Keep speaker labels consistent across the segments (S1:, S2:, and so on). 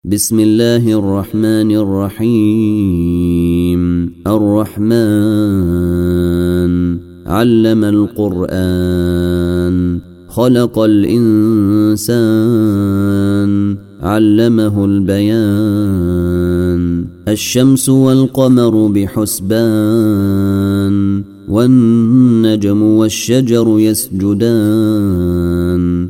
S1: بسم الله الرحمن الرحيم. الرحمن علم القرآن خلق الإنسان علمه البيان. الشمس والقمر بحسبان والنجم والشجر يسجدان.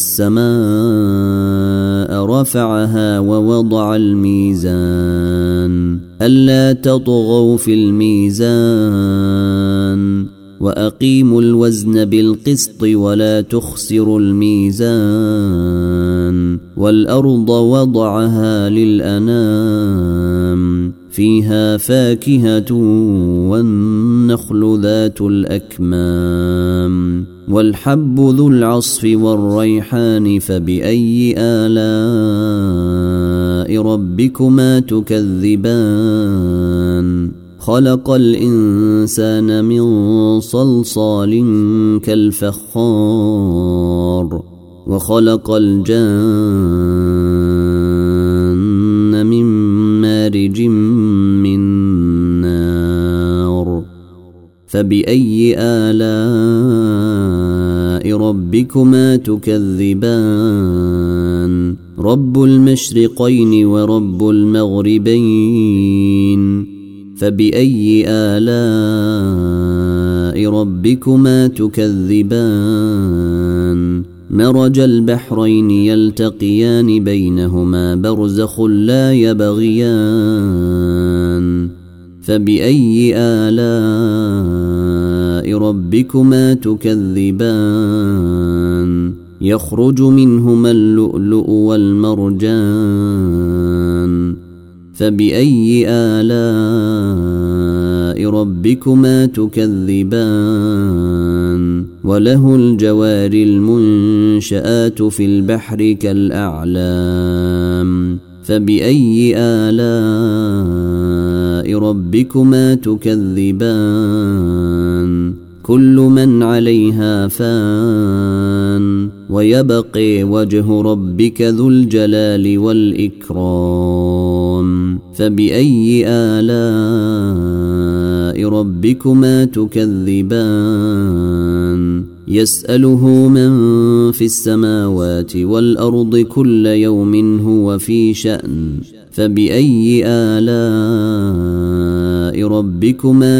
S1: والسماء رفعها ووضع الميزان ألا تطغوا في الميزان وأقيموا الوزن بالقسط ولا تخسروا الميزان. والأرض وضعها للأنام فيها فاكهة والنخل ذات الأكمام والحب ذو العصف والريحان. فبأي آلاء ربكما تكذبان؟ خلق الإنسان من صلصال كالفخار وخلق الجان من مارج من نار. فبأي آلاء ربكما تكذبان؟ رب المشرقين ورب المغربين. فبأي آلاء ربكما تكذبان؟ مرج البحرين يلتقيان بينهما برزخ لا يبغيان. فبأي آلاء ربكما تكذبان؟ يخرج منهما اللؤلؤ والمرجان. فبأي آلاء ربكما تكذبان؟ وله الجوار المنشآت في البحر كالأعلام. فبأي آلاء ربكما تكذبان؟ كل من عليها فان ويبقي وجه ربك ذو الجلال والإكرام. فبأي آلاء ربكما تكذبان؟ يسأله من في السماوات والأرض كل يوم هو في شأن. فبأي آلاء ربكما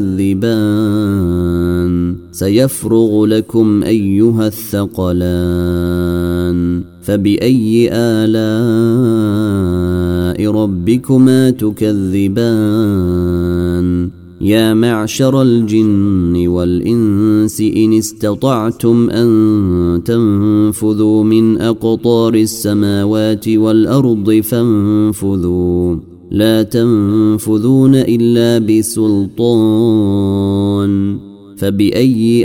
S1: تكذبان؟ سيفرغ لكم أيها الثقلان. فبأي آلاء ربكما تكذبان؟ يا معشر الجن والإنس إن استطعتم أن تنفذوا من أقطار السماوات والأرض فانفذوا لا تنفذون إلا بسلطان. فبأي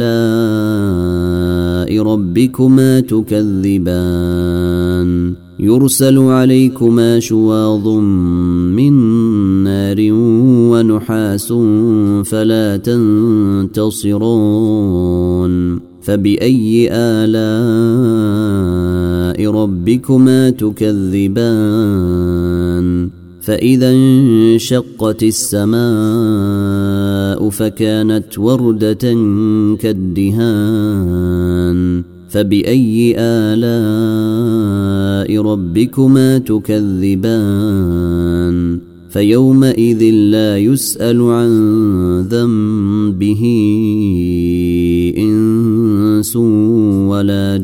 S1: آلاء ربكما تكذبان؟ يرسل عليكما شواظ من نار ونحاس فلا تنتصران. فبأي آلاء ربكما تكذبان؟ فإذا انشقت السماء فكانت وردة كالدهان. فبأي آلاء ربكما تكذبان؟ فيومئذ لا يسأل عن ذنبه إنس ولا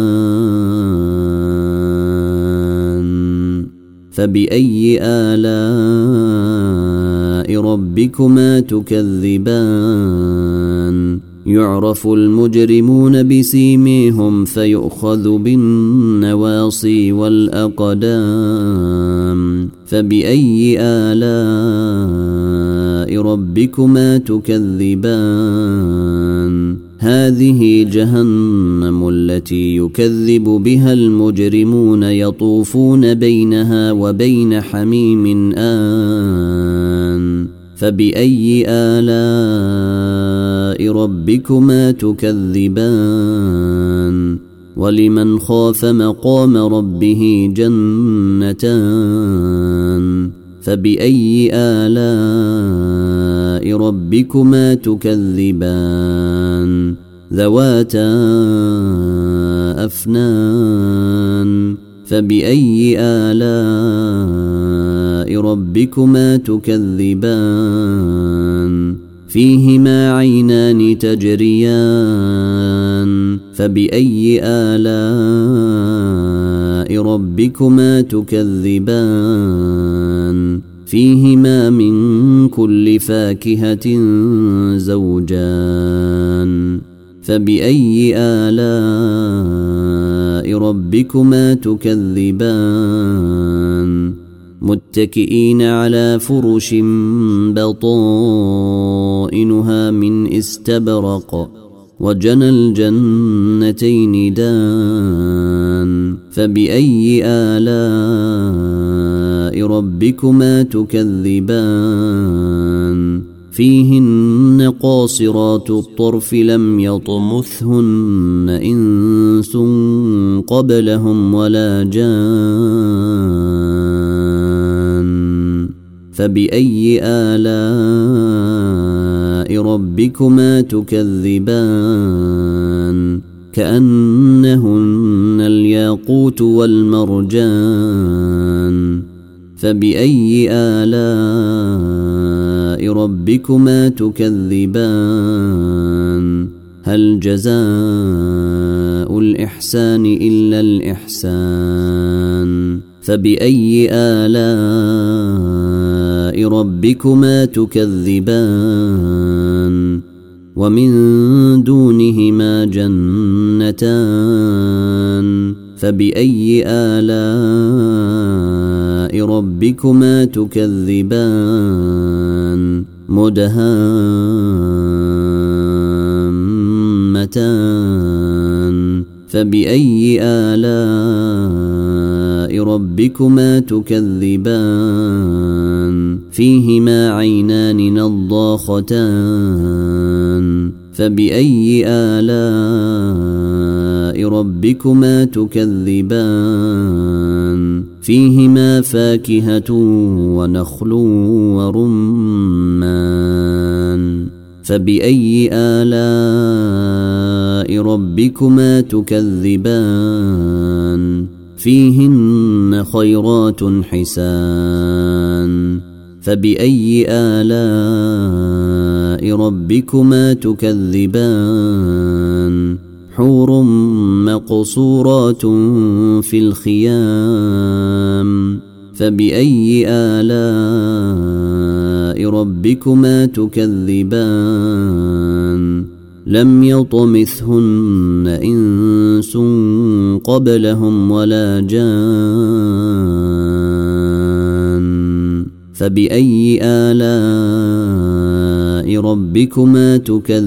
S1: جان. فبأي آلاء ربكما تكذبان؟ يعرف المجرمون بسيميهم فيؤخذ بالنواصي والأقدام. فبأي آلاء ربكما تكذبان؟ هذه جهنم التي يكذب بها المجرمون يطوفون بينها وبين حميم آن. فبأي آلاء ربكما تكذبان؟ ولمن خاف مقام ربه جنتان فبأي آلاء ربكما تكذبان ذواتا أفنان فبأي آلاء ربكما تكذبان فيهما عينان تجريان فبأي آلاء ربكما تكذبان فيهما من كل فاكهة زوجان فبأي آلاء ربكما تكذبان متكئين على فرش بطائنها من استبرق وجنى الجنتين دان فبأي آلاء ربكما تكذبان فيهن قاصرات الطرف لم يطمثهن إنس قبلهم ولا جان فبأي آلاء ربكما تكذبان كأنهن الياقوت والمرجان فبأي آلاء ربكما تكذبان هل جزاء الإحسان إلا الإحسان فبأي آلاء ربكما تكذبان ومن دونهما جنتان فبأي آلاء ربكما تكذبان مدهامتان فبأي آلاء ربكما تكذبان فيهما عينان نضاختان فبأي آلاء ربكما تكذبان فيهما فاكهة ونخل ورمان فبأي آلاء ربكما تكذبان فيهن خيرات حسان فبأي آلاء ربكما تكذبان حور مقصورات في الخيام فبأي آلاء ربكما تكذبان لم يطمثهن إنس قبلهم ولا جان فبأي آلاء ربكما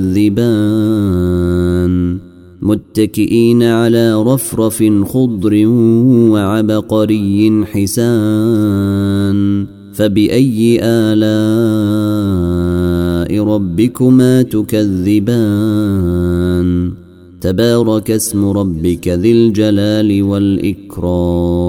S1: تكذبان متكئين على رفرف خضر وعبقري حسان فبأي آلاء ربكما تكذبان تبارك اسم ربك ذي الجلال والإكرام